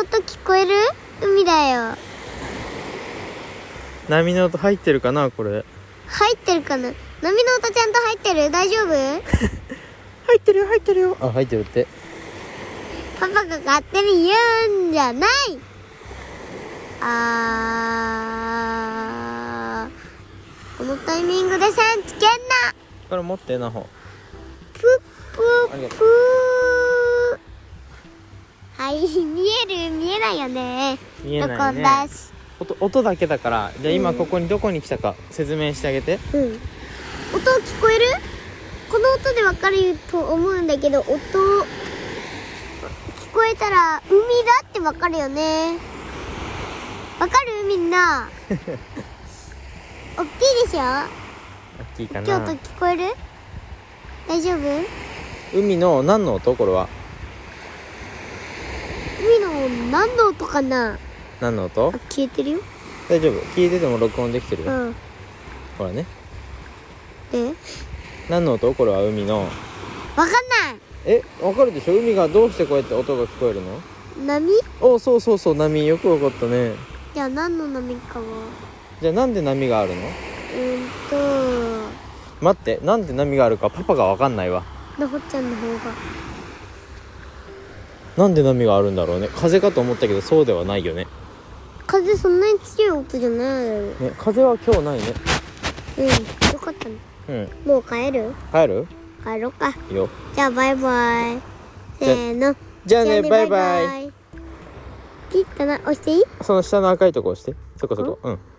音聞こえる？海だよ。 波の音入ってるかなこれ。 入ってるかな？波の音ちゃんと入ってる？大丈夫？ 入ってるよ入ってるよ。あ、入ってるって。 パパが勝手に言うんじゃない。このタイミングで線つけんな。 これ持ってなほ。 プップップー。はい、見えないよね。 見えないね。 録音だし。 音だけだから。じゃあ今ここにどこに来たか説明してあげて。 うん。音聞こえる？この音でわかると思うんだけど、音聞こえたら海だってわかるよね。わかる？みんな。大きいでしょ？ 大きいかな。 今日音聞こえる？大丈夫？ 海の何の音これは？ 海の何の音かな？ 何の音？ 消えてるよ。 大丈夫。聞いてても録音できてるよ。 うん。 ほらね。 で？ 何の音これは？海の。 わかんない。 わかるでしょ？海がどうしてこうやって音が聞こえるの？ 波？ お、そうそうそう、波。よくわかったね。 じゃあ何の波かは？ じゃあなんで波があるの？待って、なんで波があるかパパがわかんないわ。 なほちゃんの方が。 なんで波があるんだろうね。風かと思ったけどそうではないよね。 風そんなに強い音じゃないよね。 風は今日ないね。 うん、よかったね。 うん。 もう帰る？ 帰る？ 帰ろうか。 いいよ。 じゃあバイバイ。せーの。 じゃあね、バイバイ。 ピッとな、押していい？ その下の赤いとこ押して。そこそこ。うん。